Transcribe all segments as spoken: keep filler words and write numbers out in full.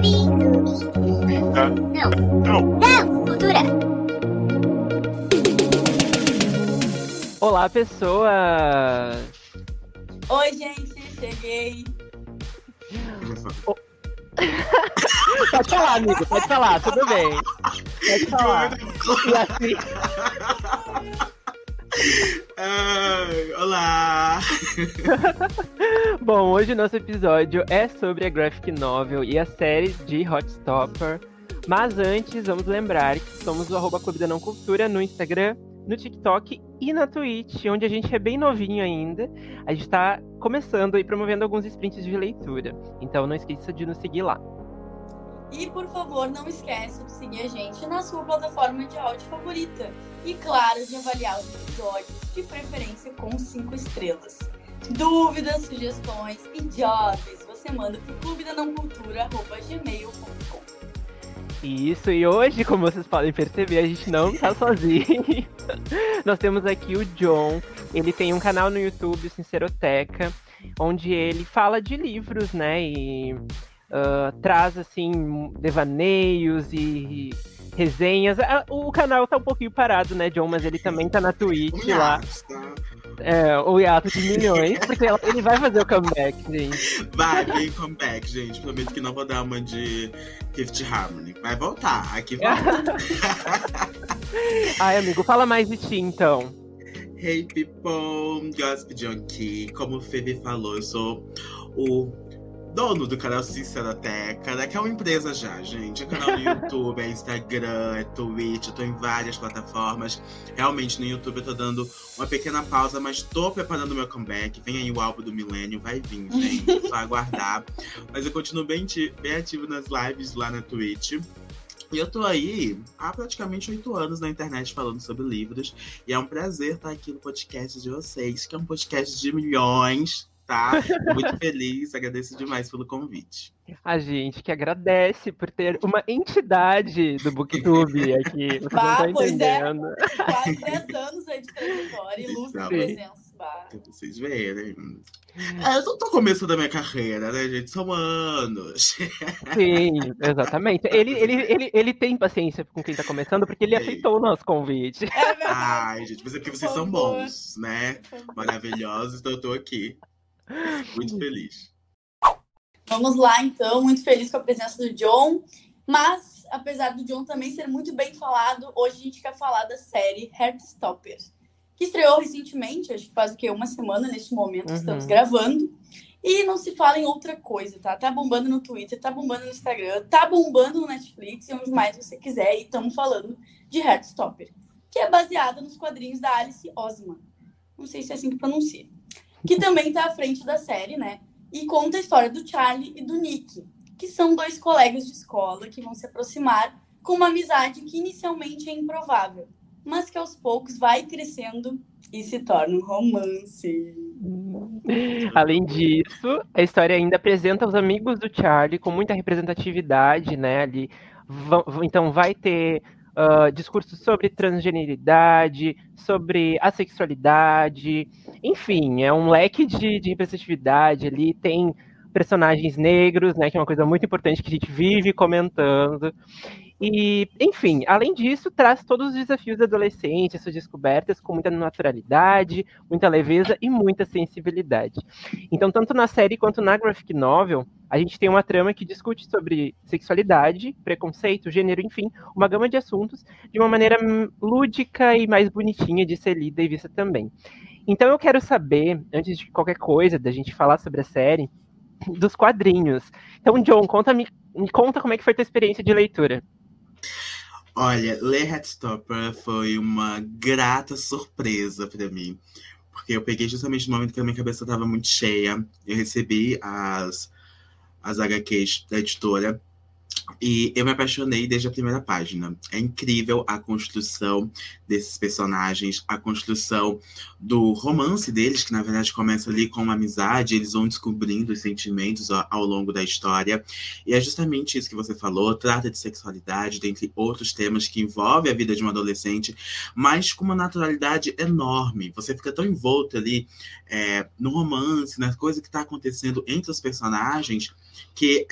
Bem-vindos. Tá? Não. Não. Não, cultura. Olá, pessoas! Oi, gente, cheguei. Pode falar, amigo, pode falar, tudo bem. Pode falar. E assim... Ai, olá! Bom, hoje o nosso episódio é sobre a graphic novel e a série de Heartstopper. Mas antes, vamos lembrar que somos o arroba Clube da Não Cultura no Instagram, no TikTok e na Twitch, onde a gente é bem novinho ainda. A gente tá começando e promovendo alguns sprints de leitura. Então não esqueça de nos seguir lá. E, por favor, não esqueça de seguir a gente na sua plataforma de áudio favorita. E, claro, de avaliar os episódios, de preferência com cinco estrelas. Dúvidas, sugestões e jobs, você manda pro clube da não cultura arroba gmail ponto com. Isso, e hoje, como vocês podem perceber, a gente não tá sozinho. Nós temos aqui o John. Ele tem um canal no YouTube, Sinceroteca, onde ele fala de livros, né? E uh, traz, assim, devaneios e resenhas. O canal tá um pouquinho parado, né, John? Mas ele também tá na Twitch lá. É, o hiato de milhões, porque ele vai fazer o comeback, gente. Vai, vem comeback, gente. Prometo que não vou dar uma de Fifth Harmony. Vai voltar, aqui volta. Ai, amigo, fala mais de ti, então. Hey, people! Gossip Junkie. Como o Felipe falou, eu sou o dono do canal Sinceroteca, né? Que é uma empresa já, gente. É canal no YouTube, é Instagram, é Twitch, eu tô em várias plataformas. Realmente, no YouTube eu tô dando uma pequena pausa, mas tô preparando o meu comeback. Vem aí o álbum do Milênio, vai vir, gente. Só aguardar. Mas eu continuo bem, bem ativo nas lives lá na Twitch. E eu tô aí há praticamente oito anos na internet falando sobre livros. E é um prazer estar aqui no podcast de vocês, que é um podcast de milhões, tá? Muito feliz, agradeço demais pelo convite. A gente que agradece por ter uma entidade do Booktube aqui. Vocês Bah, não estão pois é. entendendo. Quase dez anos aí de trajetória, ilustre Não. presença. Bah. Pra vocês verem. É, eu não tô começando a minha carreira, né, gente? São anos. Sim, exatamente. Ele, ele, ele, ele tem paciência com quem tá começando, porque ele É. aceitou o nosso convite. É verdade. Ai, gente, mas é porque vocês Por são favor. bons, né? Maravilhosos, então eu tô aqui. Muito feliz. Vamos lá, então. Muito feliz com a presença do John. Mas, apesar do John também ser muito bem falado, hoje a gente quer falar da série Heartstopper, que estreou recentemente, acho que faz o quê? Uma semana neste momento que Uhum. estamos gravando. E não se fala em outra coisa, tá? Tá bombando no Twitter, tá bombando no Instagram, tá bombando no Netflix e onde mais você quiser. E estamos falando de Heartstopper, que é baseada nos quadrinhos da Alice Oseman. Não sei se é assim que pronuncia. Que também tá à frente da série, né? E conta a história do Charlie e do Nick, que são dois colegas de escola que vão se aproximar com uma amizade que inicialmente é improvável, mas que aos poucos vai crescendo e se torna um romance. Além disso, a história ainda apresenta os amigos do Charlie com muita representatividade, né? Ali, vão- então vai ter ah, discursos sobre transgeneridade, sobre assexualidade, enfim, é um leque de, de representatividade ali. Tem personagens negros, né? Que é uma coisa muito importante que a gente vive comentando. E, enfim, além disso, traz todos os desafios da adolescência, suas descobertas com muita naturalidade, muita leveza e muita sensibilidade. Então, tanto na série quanto na graphic novel, a gente tem uma trama que discute sobre sexualidade, preconceito, gênero, enfim, uma gama de assuntos de uma maneira hum, lúdica e mais bonitinha de ser lida e vista também. Então, eu quero saber, antes de qualquer coisa, da gente falar sobre a série, dos quadrinhos. Então, John, conta, me, me conta como é que foi a tua experiência de leitura. Olha, ler Heartstopper foi uma grata surpresa pra mim. Porque eu peguei justamente no momento que a minha cabeça estava muito cheia. Eu recebi as, as agá quês da editora. E eu me apaixonei desde a primeira página. É incrível a construção desses personagens, a construção do romance deles, que na verdade começa ali com uma amizade, eles vão descobrindo os sentimentos ao, ao longo da história. E é justamente isso que você falou, trata de sexualidade, dentre outros temas que envolvem a vida de um adolescente, mas com uma naturalidade enorme. Você fica tão envolto ali é, no romance, na coisa que está acontecendo entre os personagens, que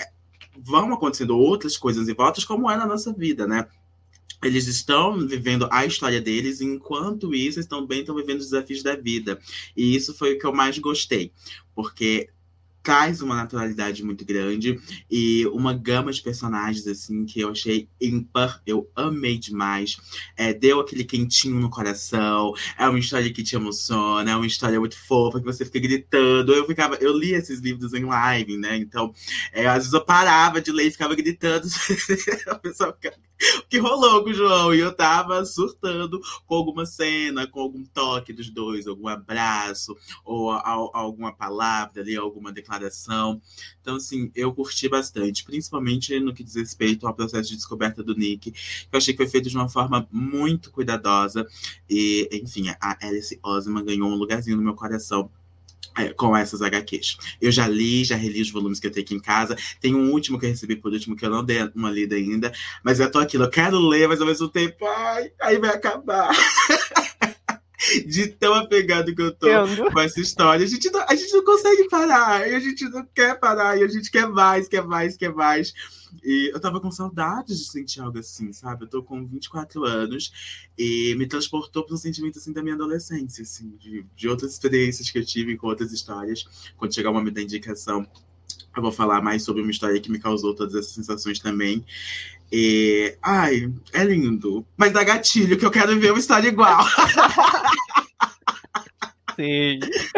vão acontecendo outras coisas em volta, como é na nossa vida, né? Eles estão vivendo a história deles, e enquanto isso, eles também estão vivendo os desafios da vida. E isso foi o que eu mais gostei, porque traz uma naturalidade muito grande e uma gama de personagens, assim, que eu achei ímpar, eu amei demais. É, deu aquele quentinho no coração, é uma história que te emociona, é uma história muito fofa, que você fica gritando. Eu ficava, eu li esses livros em live, né? Então, é, às vezes eu parava de ler e ficava gritando. A pessoa ficava, o que rolou com o João? E eu tava surtando com alguma cena, com algum toque dos dois, algum abraço, ou a, a, alguma palavra ali, alguma declaração. Então, assim, eu curti bastante, principalmente no que diz respeito ao processo de descoberta do Nick, que eu achei que foi feito de uma forma muito cuidadosa. E, enfim, a Alice Oseman ganhou um lugarzinho no meu coração É, com essas agá quês. Eu já li, já reli os volumes que eu tenho aqui em casa. Tem um último que eu recebi por último, que eu não dei uma lida ainda. Mas eu tô aquilo, eu quero ler, mas ao mesmo tempo, ai, aí vai acabar. De tão apegado que eu tô Entendo. com essa história. A gente, não, a gente não consegue parar, e a gente não quer parar, e a gente quer mais, quer mais, quer mais. E eu tava com saudades de sentir algo assim, sabe? Eu tô com vinte e quatro anos e me transportou para um sentimento assim da minha adolescência, assim, de, de outras experiências que eu tive com outras histórias. Quando chegar o momento da indicação, eu vou falar mais sobre uma história que me causou todas essas sensações também. E, ai, é lindo. Mas dá gatilho, que eu quero ver uma história igual. Sim.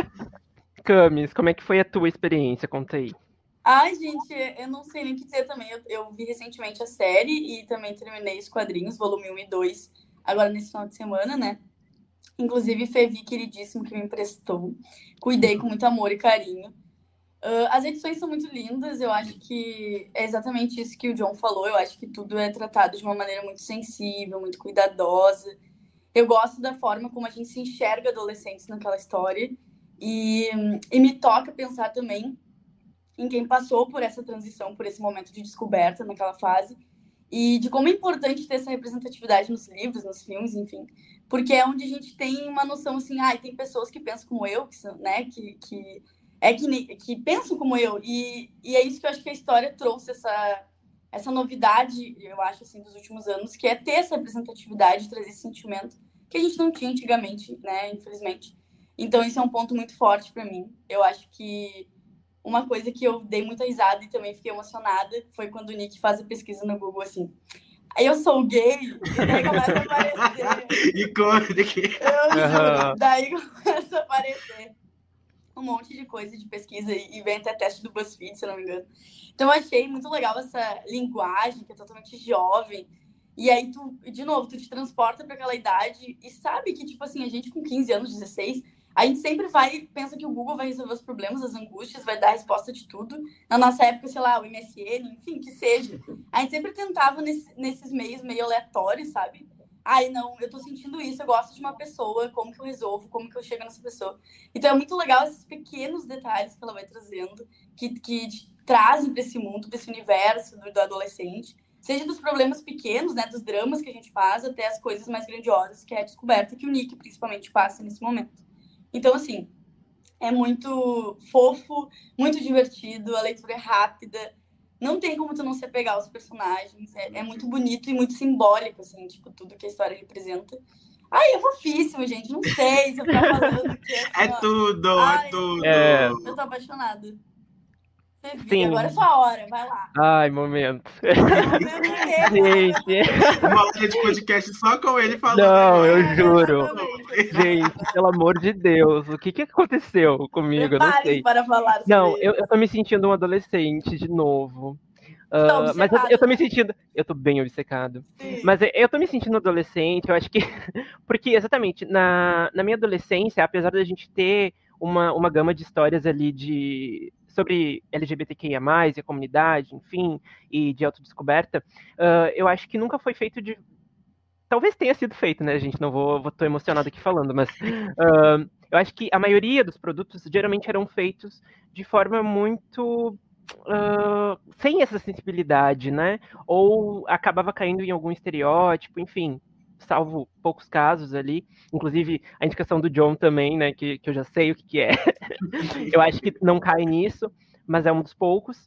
Camis, como é que foi a tua experiência? Conta aí. Ai, gente, eu não sei nem o que dizer também. Eu, eu vi recentemente a série e também terminei os quadrinhos, volume um e dois, agora nesse final de semana, né? Inclusive, Fevi, queridíssimo, que me emprestou. Cuidei com muito amor e carinho. Uh, as edições são muito lindas, eu acho que é exatamente isso que o John falou. Eu acho que tudo é tratado de uma maneira muito sensível, muito cuidadosa. Eu gosto da forma como a gente se enxerga adolescentes naquela história. E, e me toca pensar também em quem passou por essa transição, por esse momento de descoberta naquela fase, e de como é importante ter essa representatividade nos livros, nos filmes, enfim, porque é onde a gente tem uma noção assim, ah, tem pessoas que pensam como eu, que são, né, que, que, é que, que pensam como eu, e, e é isso que eu acho que a história trouxe, essa, essa novidade, eu acho, assim, dos últimos anos, que é ter essa representatividade, trazer esse sentimento que a gente não tinha antigamente, né, infelizmente. Então, isso é um ponto muito forte para mim. Eu acho que uma coisa que eu dei muita risada e também fiquei emocionada foi quando o Nick faz a pesquisa no Google, assim, aí eu sou gay, e daí começa a aparecer. Icônico. Uhum. Daí começa a aparecer um monte de coisa de pesquisa e vem até teste do BuzzFeed, se eu não me engano. Então eu achei muito legal essa linguagem, que é totalmente jovem. E aí, tu, de novo, tu te transporta para aquela idade e sabe que, tipo assim, a gente com quinze anos, dezesseis, a gente sempre vai, pensa que o Google vai resolver os problemas, as angústias, vai dar a resposta de tudo. Na nossa época, sei lá, o M S N, enfim, que seja. A gente sempre tentava nesse, nesses meios meio aleatórios, sabe? Ai, não, eu tô sentindo isso, eu gosto de uma pessoa, como que eu resolvo, como que eu chego nessa pessoa. Então é muito legal esses pequenos detalhes que ela vai trazendo, que, que trazem para esse mundo, para esse universo do, do adolescente. Seja dos problemas pequenos, né, dos dramas que a gente faz, até as coisas mais grandiosas, que é a descoberta que o Nick principalmente passa nesse momento. Então, assim, é muito fofo, muito divertido, a leitura é rápida, não tem como tu não se apegar aos personagens, é, é muito bonito e muito simbólico, assim, tipo, tudo que a história representa. Ai, é fofíssimo, gente, não sei se eu ficar falando que é... É tudo, Ai, é tudo. É... Eu tô apaixonada. Sim. Agora é sua hora, vai lá. Ai, momento. Ah, gente. Uma hora de podcast só com ele falando. Não, eu juro. Gente, pelo amor de Deus, o que que aconteceu comigo? Eu não sei. Para falar sobre não, isso. eu, eu tô me sentindo um adolescente de novo. Uh, mas eu, eu tô me sentindo. Eu tô bem obcecado. Sim. Mas eu, eu tô me sentindo adolescente, eu acho que. Porque, exatamente, na, na minha adolescência, apesar da gente ter uma, uma gama de histórias ali de. Sobre L G B T Q I A mais, e a comunidade, enfim, e de autodescoberta, uh, eu acho que nunca foi feito de... Talvez tenha sido feito, né, gente? Não vou, vou tô emocionado aqui falando, mas uh, eu acho que a maioria dos produtos geralmente eram feitos de forma muito... Uh, sem essa sensibilidade, né? Ou acabava caindo em algum estereótipo, enfim... salvo poucos casos ali, inclusive a indicação do John também, né, que, que eu já sei o que, que é. Eu acho que não cai nisso, mas é um dos poucos.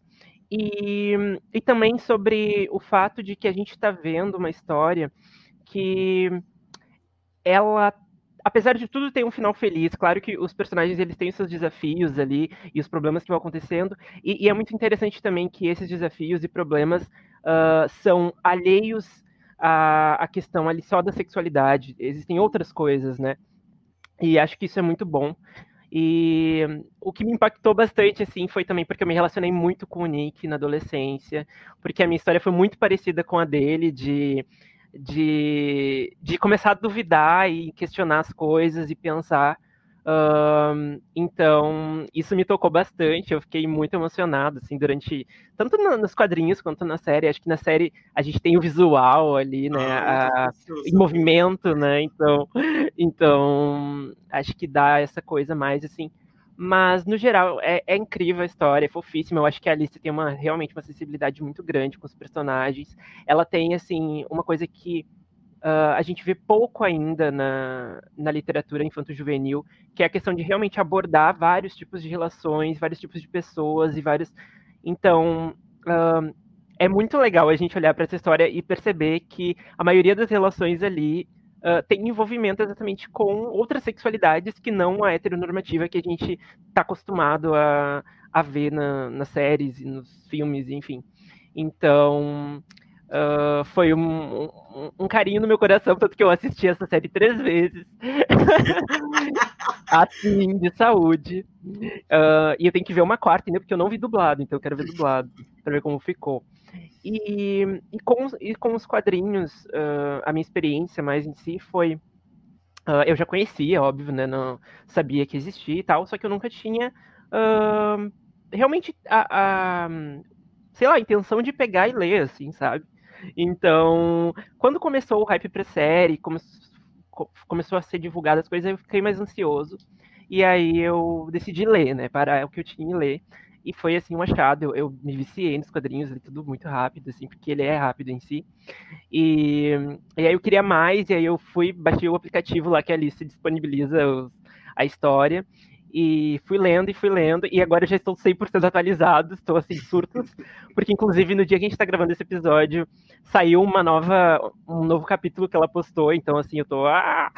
E, e também sobre o fato de que a gente está vendo uma história que ela, apesar de tudo, tem um final feliz. Claro que os personagens eles têm os seus desafios ali e os problemas que vão acontecendo. E, e é muito interessante também que esses desafios e problemas uh, são alheios à, à questão ali só da sexualidade. Existem outras coisas, né? E acho que isso é muito bom. E o que me impactou bastante, assim, foi também porque eu me relacionei muito com o Nick na adolescência, porque a minha história foi muito parecida com a dele, de, de, de começar a duvidar e questionar as coisas e pensar. Um, então, isso me tocou bastante, eu fiquei muito emocionado, assim, durante, tanto no, nos quadrinhos quanto na série. Acho que na série a gente tem o visual ali, né, a, em movimento, né, então, então, acho que dá essa coisa mais, assim, mas, no geral, é, é incrível a história, é fofíssima. Eu acho que a Alice tem uma, realmente uma sensibilidade muito grande com os personagens. Ela tem, assim, uma coisa que Uh, a gente vê pouco ainda na, na literatura infanto-juvenil, que é a questão de realmente abordar vários tipos de relações, vários tipos de pessoas e vários... Então, uh, é muito legal a gente olhar para essa história e perceber que a maioria das relações ali uh, tem envolvimento exatamente com outras sexualidades que não a heteronormativa que a gente está acostumado a, a ver na, nas séries e nos filmes, enfim. Então... Uh, foi um, um, um carinho no meu coração, tanto que eu assisti essa série três vezes. Assim, de saúde. Uh, e eu tenho que ver uma quarta ainda, porque eu não vi dublado, então eu quero ver dublado, pra ver como ficou. E, e, com, e com os quadrinhos, uh, a minha experiência mais em si foi... Uh, eu já conhecia, óbvio, né? Não sabia que existia e tal, só que eu nunca tinha uh, realmente a, a, sei lá, a intenção de pegar e ler, assim, sabe? Então, quando começou o hype pra série, come, começou a ser divulgada as coisas, eu fiquei mais ansioso. E aí eu decidi ler, né? Parar o que eu tinha em ler. E foi, assim, um achado. Eu, eu me viciei nos quadrinhos, li tudo muito rápido, assim, porque ele é rápido em si. E, e aí eu queria mais, e aí eu fui, baixei o aplicativo lá que a Alice disponibiliza os, a história. E fui lendo e fui lendo, e agora eu já estou cem por cento atualizado, estou assim, surtos, porque inclusive no dia que a gente está gravando esse episódio, saiu uma nova, um novo capítulo que ela postou, então assim, eu tô... Ah!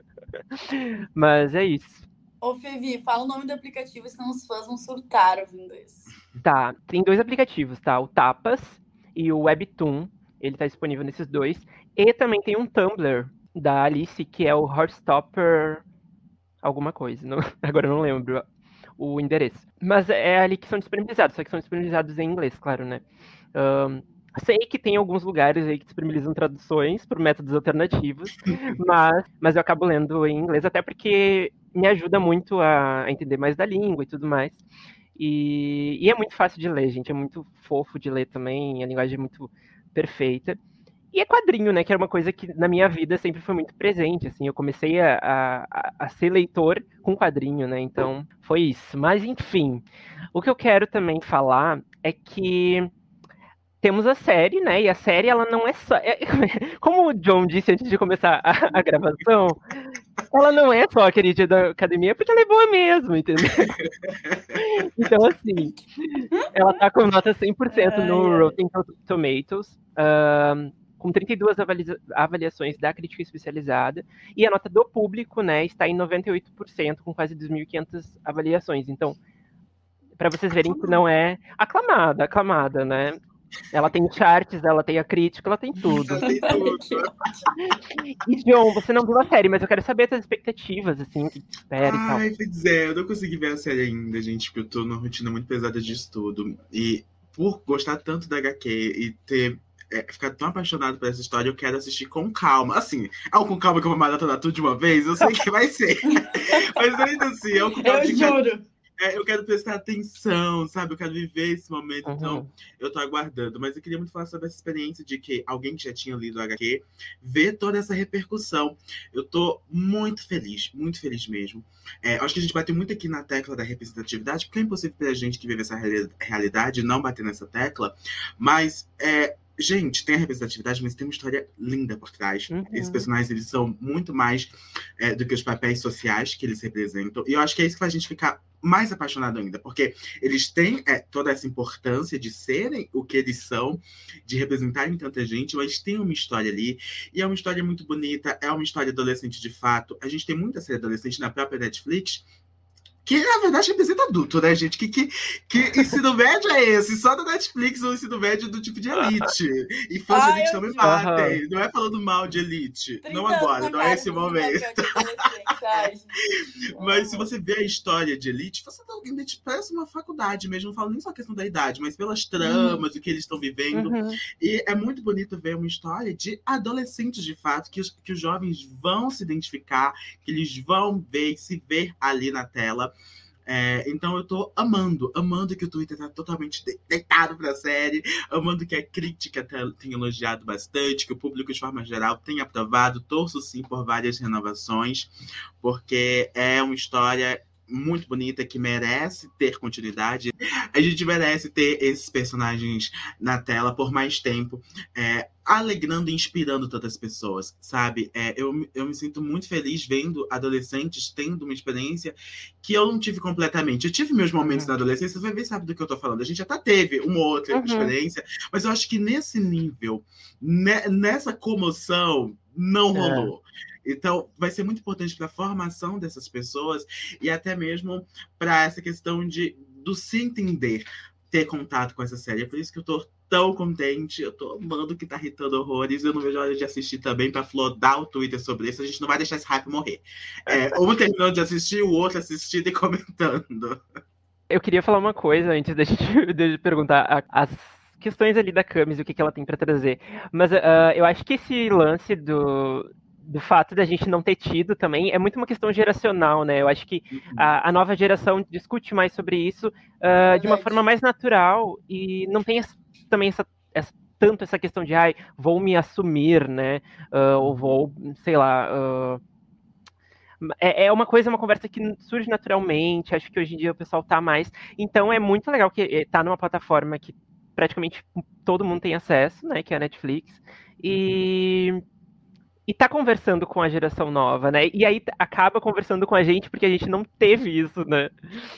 Mas é isso. Ô, Fevi, fala o nome do aplicativo, senão os fãs vão surtar ouvindo isso. Tá, tem dois aplicativos, tá? O Tapas e o Webtoon, ele tá disponível nesses dois, e também tem um Tumblr da Alice, que é o Heartstopper... alguma coisa, não, agora eu não lembro o endereço. Mas é ali que são disponibilizados, só que são disponibilizados em inglês, claro, né? Um, sei que tem alguns lugares aí que disponibilizam traduções por métodos alternativos, mas, mas eu acabo lendo em inglês, até porque me ajuda muito a, a entender mais da língua e tudo mais. E, e é muito fácil de ler, gente, é muito fofo de ler também, a linguagem é muito perfeita. E é quadrinho, né? Que era uma coisa que na minha vida sempre foi muito presente, assim. Eu comecei a, a, a ser leitor com quadrinho, né? Então, foi isso. Mas, enfim, o que eu quero também falar é que temos a série, né? E a série, ela não é só... É, como o John disse antes de começar a, a gravação, ela não é só a querida da academia, porque ela é boa mesmo, entendeu? Então, assim, ela tá com nota cem por cento no Rotten Tomatoes. Um, com trinta e duas avalia- avaliações da crítica especializada, e a nota do público, né, está em noventa e oito por cento, com quase dois mil e quinhentas avaliações. Então, para vocês verem que não é aclamada, aclamada, né? Ela tem charts, ela tem a crítica, ela tem tudo. Ela tem tudo. E, John, você não viu a série, mas eu quero saber as suas expectativas, assim, o que te espera e tal. Ai, pois é, eu não consegui ver a série ainda, gente, porque eu tô numa rotina muito pesada de estudo. E por gostar tanto da agá quê e ter é, ficar tão apaixonado por essa história, eu quero assistir com calma. Assim, é um com calma que eu vou maratonar tudo de uma vez, eu sei que vai ser. Mas ainda assim, é um com calma Eu de juro. É, eu quero prestar atenção, sabe? Eu quero viver esse momento, Uhum. Então eu tô aguardando. Mas eu queria muito falar sobre essa experiência de que alguém que já tinha lido o agá quê vê toda essa repercussão. Eu tô muito feliz, muito feliz mesmo. É, acho que a gente bateu muito aqui na tecla da representatividade, porque é impossível pra gente que vive essa realidade não bater nessa tecla. Mas é, gente, tem a representatividade, mas tem uma história linda por trás. Uhum. Esses personagens, eles são muito mais é, do que os papéis sociais que eles representam. E eu acho que é isso que faz a gente ficar mais apaixonado ainda, porque eles têm é, toda essa importância de serem o que eles são, de representarem tanta gente, mas tem uma história ali, e é uma história muito bonita, é uma história adolescente de fato. A gente tem muita série adolescente na própria Netflix, que, na verdade, representa adulto, né, gente? Que, que, que ensino médio é esse? Só da Netflix o ensino médio do tipo de Elite. E fãs de Ah, Elite eu não me vi. matem. Aham. Não é falando mal de Elite. Não trinta agora, anos na não é cara esse do momento. papel de adolescente, ai, gente. Mas se você vê a história de Elite, você tá, Elite parece uma faculdade mesmo. Não falo nem só a questão da idade, mas pelas tramas, o que eles estão vivendo. Uhum. E é muito bonito ver uma história de adolescentes, de fato, que os, que os jovens vão se identificar, que eles vão ver, se ver ali na tela. É, então eu tô amando, amando que o Twitter tá totalmente de- deitado pra série, amando que a crítica tá- tem elogiado bastante, que o público de forma geral tem aprovado. Torço sim por várias renovações, porque é uma história muito bonita que merece ter continuidade. A gente merece ter esses personagens na tela por mais tempo, é, alegrando e inspirando tantas pessoas, sabe? É, eu, eu me sinto muito feliz vendo adolescentes tendo uma experiência que eu não tive completamente. Eu tive meus momentos Uhum. na adolescência, você vai ver, sabe do que eu tô falando. A gente até teve uma ou outra Uhum. experiência, mas eu acho que nesse nível, ne- nessa comoção, não É. rolou. Então, vai ser muito importante para a formação dessas pessoas e até mesmo para essa questão de do se entender, ter contato com essa série. É por isso que eu tô tão contente, eu tô amando que tá irritando horrores. Eu não vejo a hora de assistir também para flodar o Twitter sobre isso. A gente não vai deixar esse hype morrer. É, um terminando de assistir, o outro assistindo e comentando. Eu queria falar uma coisa antes da gente de eu perguntar a- as questões ali da Camis, o que, que ela tem pra trazer. Mas ah, eu acho que esse lance do, do fato da gente não ter tido também é muito uma questão geracional, né? Eu acho que a, a nova geração discute mais sobre isso ah, de uma Verdade. forma mais natural e não tem essa- também essa, essa- tanto essa questão de, ai, vou me assumir, né? Ah, ou vou, sei lá. ah, é, é uma coisa, uma conversa que surge naturalmente. Acho que hoje em dia o pessoal tá mais. Então é muito legal que eh, tá numa plataforma que praticamente todo mundo tem acesso, né? Que é a Netflix. E, e tá conversando com a geração nova, né? E aí t- acaba conversando com a gente porque a gente não teve isso, né?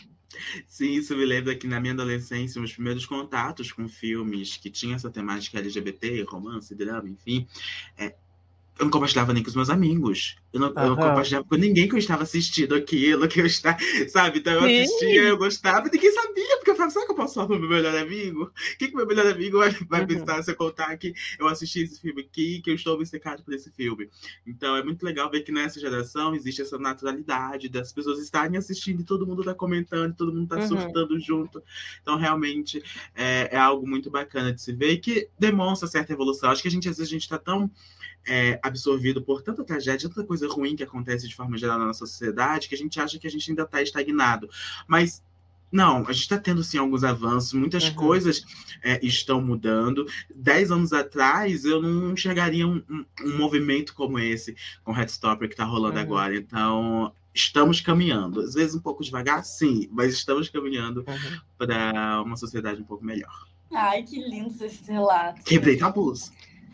Sim, isso me lembra que na minha adolescência, meus primeiros contatos com filmes que tinham essa temática L G B T, romance, drama, enfim, é, eu não compartilhava nem com os meus amigos. Eu não, eu não Aham. compartilhava com ninguém que eu estava assistindo aquilo, que eu estava, sabe? Então eu Sim. assistia, eu gostava, e ninguém sabia, porque eu falava, será que eu posso falar pro meu melhor amigo? O que que meu melhor amigo vai, vai Uhum. pensar se eu contar que eu assisti esse filme aqui, que eu estou obcecado por esse filme? Então é muito legal ver que nessa geração existe essa naturalidade das pessoas estarem assistindo e todo mundo tá comentando, todo mundo tá Uhum. surtando junto. Então realmente é, é algo muito bacana de se ver e que demonstra certa evolução. Acho que a gente, às vezes, a gente tá tão é, absorvido por tanta tragédia, tanta coisa ruim que acontece de forma geral na nossa sociedade, que a gente acha que a gente ainda está estagnado. Mas não, a gente está tendo sim alguns avanços, muitas Uhum. coisas é, estão mudando. Dez anos atrás eu não enxergaria um, um, um movimento como esse com o Heartstopper que está rolando Uhum. agora. Então, estamos caminhando. Às vezes um pouco devagar, sim, mas estamos caminhando Uhum. para uma sociedade um pouco melhor. Ai, que lindos esses relatos. Quebrei tabus.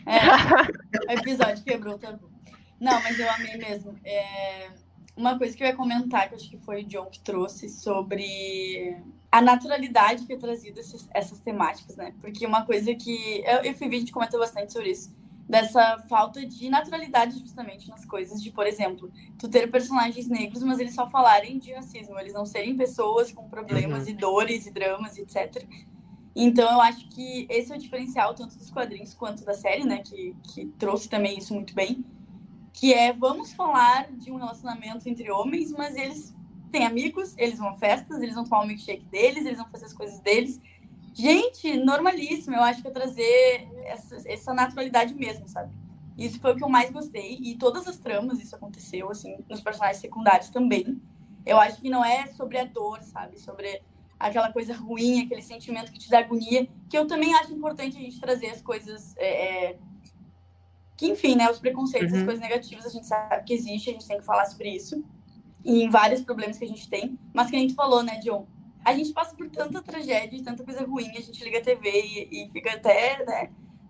É, o episódio quebrou o tabu. Não, mas eu amei mesmo. É, uma coisa que eu ia comentar, que eu acho que foi o John que trouxe, sobre a naturalidade que é trazida essas, essas temáticas, né? Porque uma coisa que... Eu, eu fui ver, a gente comentou bastante sobre isso. Dessa falta de naturalidade, justamente, nas coisas. De, por exemplo, tu ter personagens negros, mas eles só falarem de racismo. Eles não serem pessoas com problemas Uhum. e dores e dramas, etcétera. Então, eu acho que esse é o diferencial tanto dos quadrinhos quanto da série, né? Que, que trouxe também isso muito bem. Que é, vamos falar de um relacionamento entre homens, mas eles têm amigos, eles vão a festas, eles vão tomar o milkshake deles, eles vão fazer as coisas deles. Gente, normalíssimo. Eu acho que é trazer essa, essa naturalidade mesmo, sabe? Isso foi o que eu mais gostei. E todas as tramas, isso aconteceu, assim, nos personagens secundários também. Eu acho que não é sobre a dor, sabe? Sobre aquela coisa ruim, aquele sentimento que te dá agonia, que eu também acho importante a gente trazer as coisas... É, é, que, enfim, né, os preconceitos, Uhum. as coisas negativas, a gente sabe que existe, a gente tem que falar sobre isso, e em vários problemas que a gente tem, mas que a gente falou, né, John? A gente passa por tanta tragédia, tanta coisa ruim, a gente liga a T V e, e fica até, né,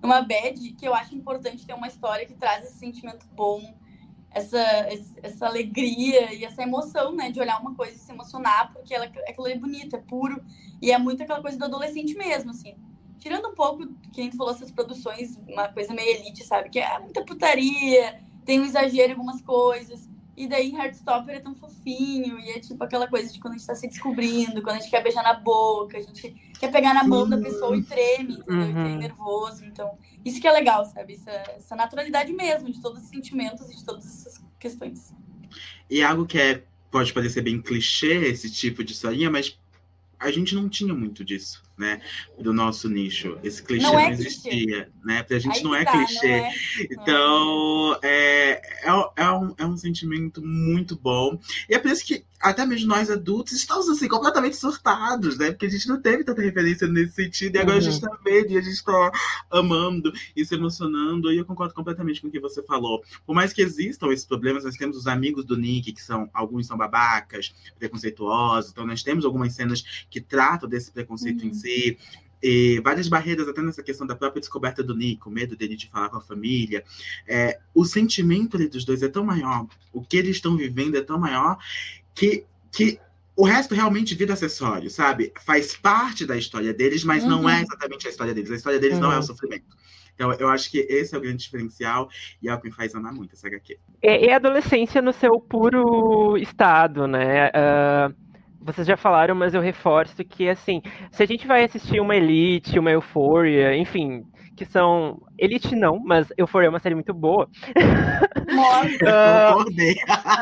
numa bad, que eu acho importante ter uma história que traz esse sentimento bom, essa, essa alegria e essa emoção, né, de olhar uma coisa e se emocionar, porque ela, aquilo é bonito, é puro, e é muito aquela coisa do adolescente mesmo, assim. Tirando um pouco, que a gente falou, essas produções, uma coisa meio elite, sabe, que é muita putaria, tem um exagero em algumas coisas, e daí Heartstopper é tão fofinho, e é tipo aquela coisa de quando a gente tá se descobrindo, quando a gente quer beijar na boca, a gente quer pegar na mão da pessoa e treme, entendeu? Uhum. E treme nervoso, então isso que é legal, sabe? Essa, essa naturalidade mesmo, de todos os sentimentos e de todas essas questões. E algo que é, pode parecer bem clichê, esse tipo de historinha, mas a gente não tinha muito disso, né? Do nosso nicho. Esse clichê não, Não não é existia, clichê. né? Pra gente Aí não que é tá, clichê. não é- Então, é, é, é um, é um sentimento muito bom. E é por isso que até mesmo nós adultos estamos assim, completamente surtados, né? Porque a gente não teve tanta referência nesse sentido. E agora Uhum. a gente tá vendo e a gente tá amando e se emocionando. E eu concordo completamente com o que você falou. Por mais que existam esses problemas, nós temos os amigos do Nick, que são, alguns são babacas, preconceituosos. Então nós temos algumas cenas que tratam desse preconceito Uhum. em si. E várias barreiras até nessa questão da própria descoberta do Nick, o medo dele de falar com a família. É, o sentimento ali dos dois é tão maior, o que eles estão vivendo é tão maior, que, que o resto realmente vira acessório, sabe? Faz parte da história deles, mas Uhum. não é exatamente a história deles. A história deles não é o Uhum. sofrimento. Então eu acho que esse é o grande diferencial e é o que me faz amar muito essa agá quê. É, é a adolescência no seu puro estado, né? Ah, vocês já falaram, mas eu reforço que, assim, se a gente vai assistir uma Elite, uma Euphoria, enfim, que são... Elite não, mas Euphoria é uma série muito boa, Nossa. Ah, Concordei.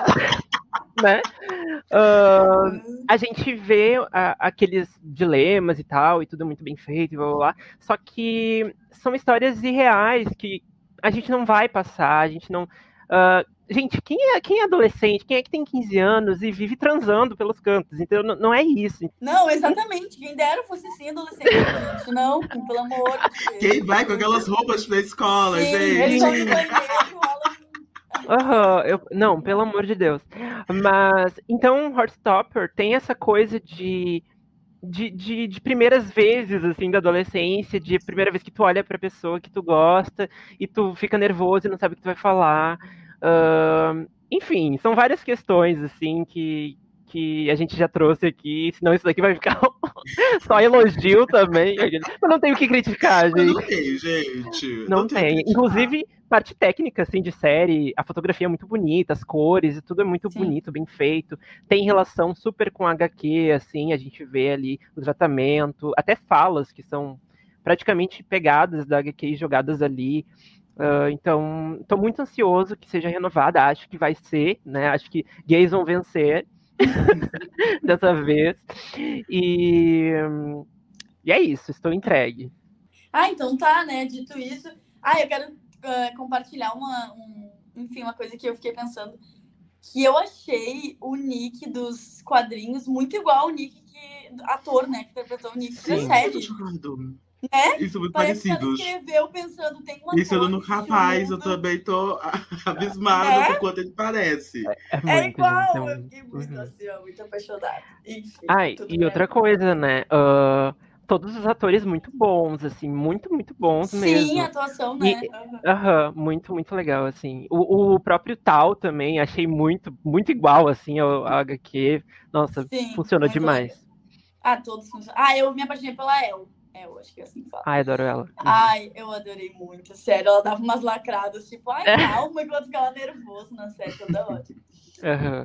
né? Ah, a gente vê ah, aqueles dilemas e tal, e tudo muito bem feito, e blá, blá, blá, só que são histórias irreais que a gente não vai passar, a gente não... ah, gente, quem é, quem é adolescente, quem é que tem quinze anos e vive transando pelos cantos? Então, não, não é isso. Não, exatamente. Quem dera fosse assim, adolescente, gente. Não, pelo amor de Deus. Quem vai com aquelas roupas pra escola, Sim, gente? eles estão no banheiro, rola Aham, eu, não, pelo amor de Deus. Mas, então, Heartstopper tem essa coisa de, de, de, de primeiras vezes, assim, da adolescência, de primeira vez que tu olha pra pessoa que tu gosta e tu fica nervoso e não sabe o que tu vai falar. Ahn, enfim, são várias questões, assim, que, que a gente já trouxe aqui, senão isso daqui vai ficar só elogio também. Eu não tenho o que criticar, Mas gente. não tem, gente. Não tem o tem. que criticar. Inclusive, parte técnica, assim, de série, a fotografia é muito bonita, as cores, e tudo é muito Sim. bonito, bem feito. Tem relação super com a agá quê, assim, a gente vê ali o tratamento, até falas que são praticamente pegadas da agá quê e jogadas ali. Ah, então, estou muito ansioso que seja renovada, acho que vai ser, né? Acho que gays vão vencer dessa vez. E, e é isso, estou entregue. Ah, então tá, né? Dito isso. Ah, eu quero uh, compartilhar uma, um, enfim, uma coisa que eu fiquei pensando. Que eu achei o Nick dos quadrinhos muito igual ao Nick que, ator, né? Que interpretou o Nick da Sim. série. É? Isso muito Parece que ela parecidos. escreveu pensando, tem uma Pensando coisa no que rapaz, eu mundo- também tô abismada Né? com quanto ele parece. É muito, É igual, gente, é eu muito. fiquei muito Uhum. assim, ó, muito apaixonada. Enfim, Ai, tudo e bem. outra coisa, né? ah, todos os atores muito bons, assim, muito, muito bons Sim, mesmo. a atuação, né? E- Aham. Aham, muito, muito legal, assim. O, o próprio Tal também, achei muito, muito igual, assim, ao, ao agá quê. Nossa, Sim, funcionou muito demais. legal. Ah, todos funcionam. Ah, eu me apaixonei pela El. El, acho que é assim que fala. Ai, adoro ela. Uhum. Ai, eu adorei muito, sério. Ela dava umas lacradas, tipo, ai, calma, enquanto ficava nervoso na série, toda ótima. Aham.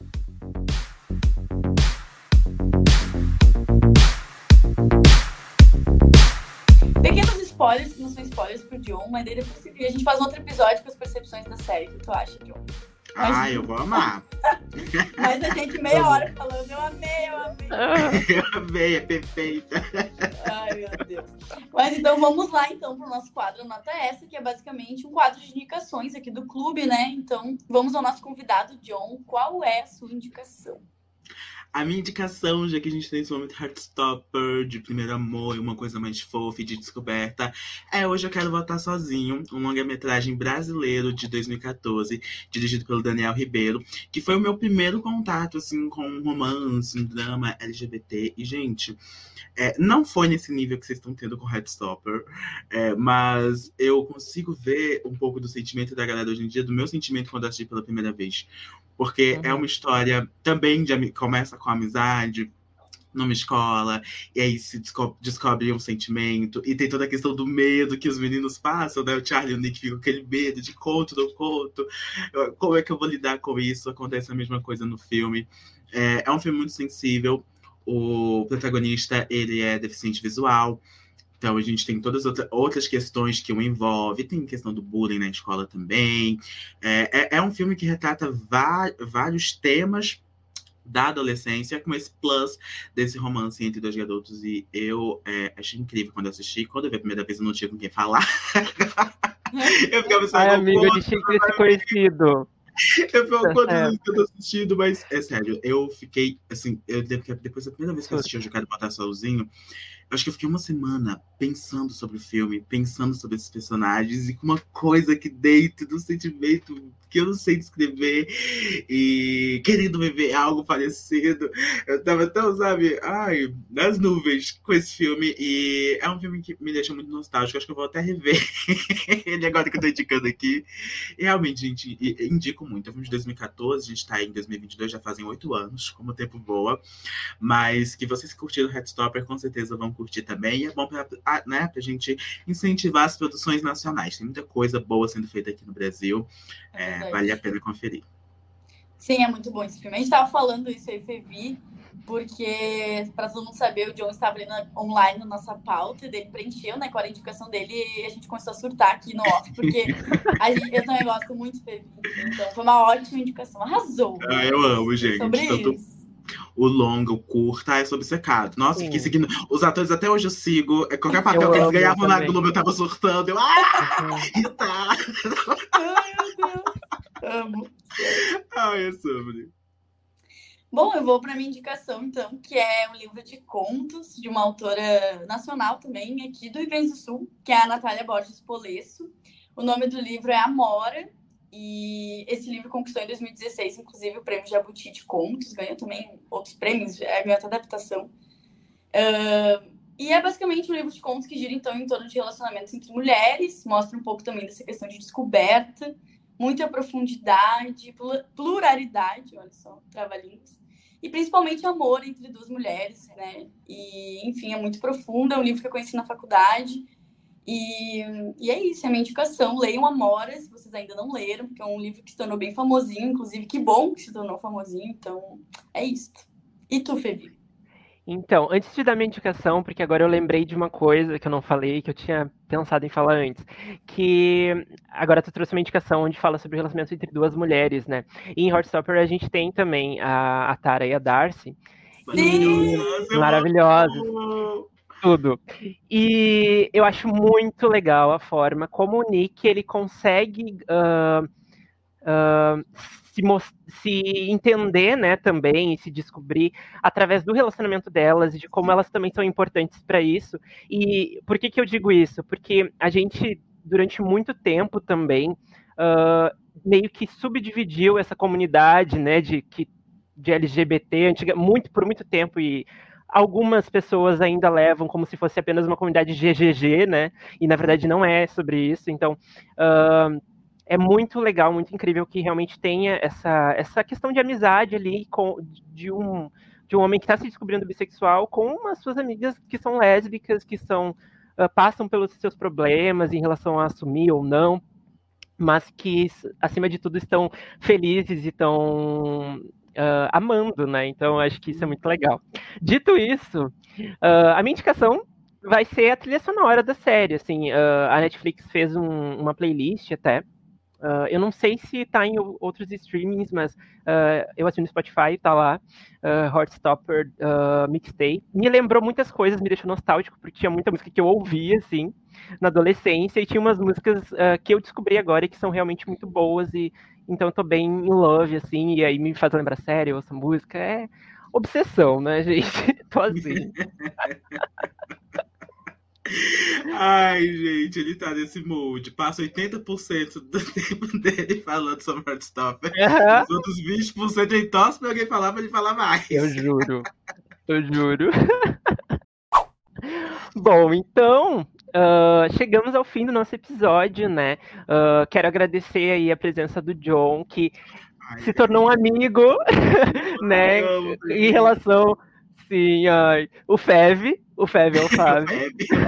Pequenos spoilers, que não são spoilers pro John, mas daí depois a gente faz um outro episódio com as percepções da série. O que tu acha, John? Mas- Ah, eu vou amar. Mas a gente meia hora falando, eu amei, eu amei. Ah, Eu amei, é perfeita. Ai, meu Deus. Mas então vamos lá, então, pro nosso quadro Nota Essa, que é basicamente um quadro de indicações aqui do clube, né? Então, vamos ao nosso convidado, John. Qual é a sua indicação? A minha indicação, já que a gente tem esse momento Heartstopper, de primeiro amor e uma coisa mais fofa e de descoberta, é Hoje Eu Quero Voltar Sozinho, um longa-metragem brasileiro de dois mil e quatorze, dirigido pelo Daniel Ribeiro, que foi o meu primeiro contato, assim, com um romance, um drama L G B T. E, gente, é, não foi nesse nível que vocês estão tendo com Heartstopper, é, mas eu consigo ver um pouco do sentimento da galera hoje em dia, do meu sentimento quando eu assisti pela primeira vez. Porque uhum. é uma história também de começa com amizade numa escola, e aí se descobre, descobre um sentimento, e tem toda a questão do medo que os meninos passam, né? O Charlie e o Nick ficam com aquele medo de conto, não conto. Como é que eu vou lidar com isso? Acontece a mesma coisa no filme. É, é um filme muito sensível. O protagonista, ele é deficiente visual. Então, a gente tem todas as outras questões que o envolve. Tem questão do bullying na escola também. É, é, é um filme que retrata vários temas da adolescência, com esse plus desse romance entre dois garotos. E eu é, achei incrível quando eu assisti. Quando eu vi a primeira vez, eu não tinha com quem falar. eu ficava Ai, amigo, a gente tinha que ter se conhecido. Eu fui quantas vezes que eu tô assistindo, mas é sério, eu fiquei, assim, eu, depois da primeira vez que eu assisti Hoje Eu Quero Voltar Sozinho, eu acho que eu fiquei uma semana pensando sobre o filme, pensando sobre esses personagens, e com uma coisa aqui dentro do sentimento que eu não sei descrever, e querendo viver algo parecido. Eu tava tão, sabe, ai, nas nuvens com esse filme, e é um filme que me deixa muito nostálgico. Acho que eu vou até rever ele agora que eu tô indicando aqui. E realmente, gente, indico muito. É um filme de dois mil e quatorze, a gente tá em dois mil e vinte e dois, já fazem oito anos, como o tempo voa. Mas que vocês que curtiram Heartstopper, com certeza vão curtir também. E é bom pra, né, pra gente incentivar as produções nacionais. Tem muita coisa boa sendo feita aqui no Brasil. É, vale a pena conferir. Sim, é muito bom esse filme. A gente tava falando isso aí, Fevi, porque, pra todo mundo saber, o John estava ali na, online na nossa pauta, e ele preencheu, né, com a indicação dele, e a gente começou a surtar aqui no off, porque a gente, eu também gosto muito de Fevi. Então, foi uma ótima indicação. Arrasou. Ah, eu amo, gente. Sobre Tanto isso. O longa, o curta, é Obcecado. Nossa, Sim. fiquei seguindo. Os atores até hoje eu sigo. Qualquer papel eu que eles ganhavam também. Na Globo, eu tava surtando. Eu, ah! Rita! Ai, meu Deus. Amo. Ai, é sobre. Bom, eu vou para minha indicação, então, que é um livro de contos de uma autora nacional também, aqui do Rio Grande do Sul, que é a Natália Borges Polesso. O nome do livro é Amora, e esse livro conquistou em dois mil e dezesseis, inclusive, o prêmio Jabuti de Contos, ganhou também outros prêmios, ganhou até adaptação. Uh, e é basicamente um livro de contos que gira, então, em torno de relacionamentos entre mulheres, mostra um pouco também dessa questão de descoberta, muita profundidade, pluralidade, olha só, trava-línguas, e principalmente amor entre duas mulheres, né? E, enfim, é muito profundo, é um livro que eu conheci na faculdade, e, e é isso, é a minha indicação. Leiam Amora, se vocês ainda não leram, porque é um livro que se tornou bem famosinho, inclusive, que bom que se tornou famosinho, então é isso. E tu, Fevi? Então, antes de dar minha indicação, porque agora eu lembrei de uma coisa que eu não falei, que eu tinha pensado em falar antes, que agora tu trouxe uma indicação onde fala sobre o relacionamento entre duas mulheres, né? E em Heartstopper a gente tem também a, a Tara e a Darcy. Sim! E... Maravilhosas. Tudo. E eu acho muito legal a forma como o Nick, ele consegue... Uh, uh, Se, se entender, né, também, e se descobrir através do relacionamento delas e de como elas também são importantes para isso. E por que que eu digo isso? Porque a gente, durante muito tempo também, uh, meio que subdividiu essa comunidade, né, de, que, de L G B T, antiga, muito, por muito tempo, e algumas pessoas ainda levam como se fosse apenas uma comunidade G G G, né, e na verdade não é sobre isso. Então, uh, é muito legal, muito incrível que realmente tenha essa, essa questão de amizade ali com, de, um, de um homem que está se descobrindo bissexual com as suas amigas que são lésbicas, que são, uh, passam pelos seus problemas em relação a assumir ou não, mas que, acima de tudo, estão felizes e estão uh, amando, né? Então, acho que isso é muito legal. Dito isso, uh, a minha indicação vai ser a trilha sonora da série. Assim, uh, a Netflix fez um, uma playlist até. Uh, eu não sei se tá em outros streamings, mas uh, eu assino no Spotify, tá lá, uh, Heartstopper uh, Mixtape. Me lembrou muitas coisas, me deixou nostálgico, porque tinha muita música que eu ouvia, assim, na adolescência, e tinha umas músicas uh, que eu descobri agora e que são realmente muito boas, e então eu tô bem in love, assim, e aí me faz lembrar sério essa música. É obsessão, né, gente? Tô assim. Ai, gente, ele tá nesse mood. Passa oitenta por cento do tempo dele falando sobre Heartstopper. Uhum. Os outros vinte por cento ele torce pra alguém falar pra ele falar mais. Eu juro. Eu juro. Bom, então, uh, chegamos ao fim do nosso episódio, né? Uh, quero agradecer aí a presença do John, que Ai, se tornou um amigo, né? eu amo, Em relação, sim, ai, o Feve, o Feve é o Fave.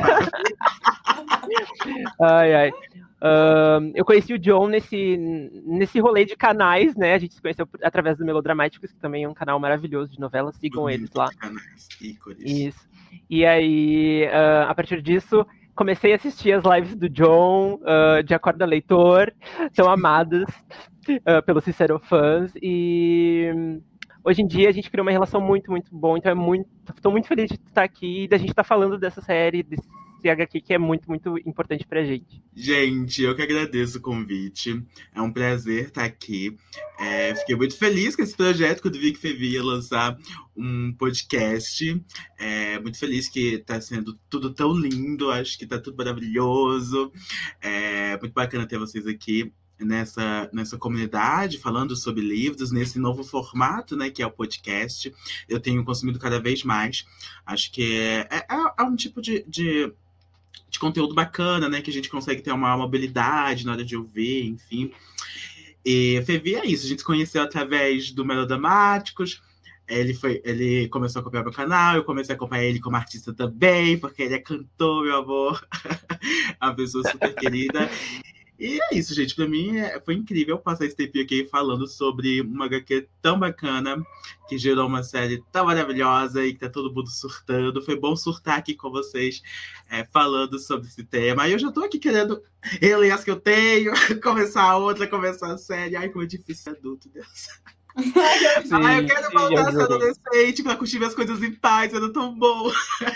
Ai, ai. Uh, eu conheci o John nesse, nesse rolê de canais, né? A gente se conheceu através do Melodramáticos, que também é um canal maravilhoso de novelas, sigam Uhum, eles lá. Canais, ícones. Isso. E aí, uh, a partir disso, comecei a assistir as lives do John, uh, de Acorda Leitor, tão amadas uh, pelos Sincerofãs. E hoje em dia a gente criou uma relação muito, muito boa. Então é muito, estou muito feliz de estar aqui e da gente estar falando dessa série, desse H Q que é muito, muito importante pra gente. Gente, eu que agradeço o convite. É um prazer estar aqui. É, fiquei muito feliz com esse projeto, quando vi que Fevi ia lançar um podcast. É, muito feliz que tá sendo tudo tão lindo. Acho que tá tudo maravilhoso. É muito bacana ter vocês aqui nessa, nessa comunidade, falando sobre livros, nesse novo formato, né, que é o podcast. Eu tenho consumido cada vez mais. Acho que é, é, é um tipo de... de de conteúdo bacana, né? Que a gente consegue ter uma mobilidade na hora de ouvir, enfim. E Fevi é isso, a gente se conheceu através do Melodramáticos. Ele, foi, ele começou a acompanhar meu canal, eu comecei a acompanhar ele como artista também, porque ele é cantor, meu amor. Uma pessoa super querida. E é isso, gente. Pra mim é, foi incrível passar esse tempinho aqui falando sobre uma H Q tão bacana, que gerou uma série tão maravilhosa e que tá todo mundo surtando. Foi bom surtar aqui com vocês, é, falando sobre esse tema. E eu já tô aqui querendo reler as que eu tenho, começar a outra, começar a série. Ai, como é difícil ser adulto, Deus. Sim, Ai, eu quero sim, voltar eu a ser juro. adolescente pra curtir minhas coisas em paz, sendo tão bom.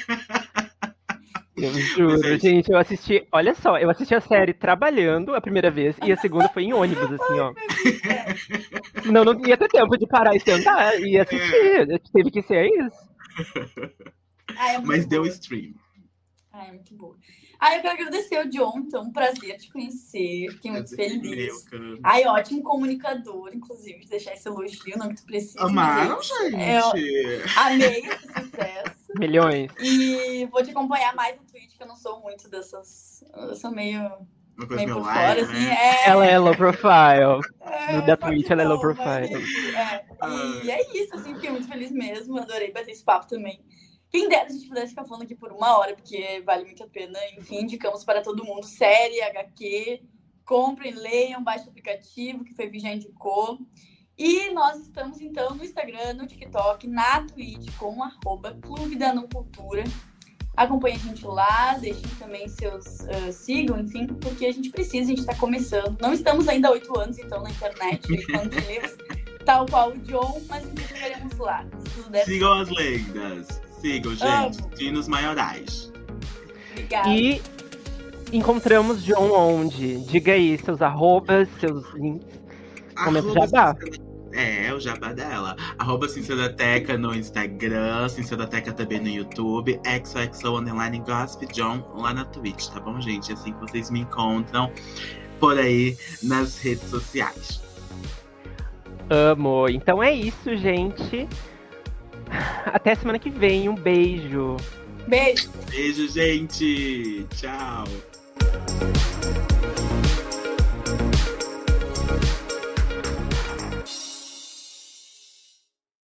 Eu juro, Mas é isso. gente, eu assisti, olha só, eu assisti a série trabalhando a primeira vez e a segunda foi em ônibus, assim, ó. Não, não ia ter tempo de parar e sentar e assistir, teve que ser isso. Ai, é muito Mas deu boa. stream. Ai, é muito boa. Ai, eu quero agradecer ao John, então, um prazer te conhecer. Fiquei muito feliz. Meu, cara. Ai, ótimo comunicador, inclusive, de deixar esse elogio, não que tu precisa. Amaram, mas gente? eu amei esse sucesso. Milhões. E vou te acompanhar mais no Twitch, que eu não sou muito dessas. Eu sou meio, Uma coisa meio meu por live, fora, assim. né? É, Ela é low profile. é, No da só que Twitch ela é low não, mas, profile. enfim, é. E é isso, assim, fiquei muito feliz mesmo. Adorei bater esse papo também. Quem dera a gente pudesse ficar falando aqui por uma hora, porque vale muito a pena. Enfim, indicamos para todo mundo série, H Q. Comprem, leiam, baixem o aplicativo, que Fevi já indicou. E nós estamos, então, no Instagram, no TikTok, na Twitch, com arroba Clube da Não Cultura. Acompanhe a gente lá, deixem também seus... Uh, sigam, enfim, porque a gente precisa, a gente está começando. Não estamos ainda há oito anos, então, na internet, falando de livros, tal qual o John, mas nos veremos lá. Se tudo der Sigam as certo. lendas. Sigam, gente. Amo. Dinos maiorais. Obrigada. E encontramos John onde? Diga aí seus arrobas, seus links. Momento Arroba jabá. Sincera- É, o jabá dela. Arroba Sinceroteca no Instagram, Sinceroteca também no YouTube, XOXO underline Gossip John lá na Twitch, tá bom, gente? Assim que vocês me encontram por aí nas redes sociais. Amo. Então é isso, gente. Até semana que vem. Um beijo. Beijo. Beijo, gente! Tchau!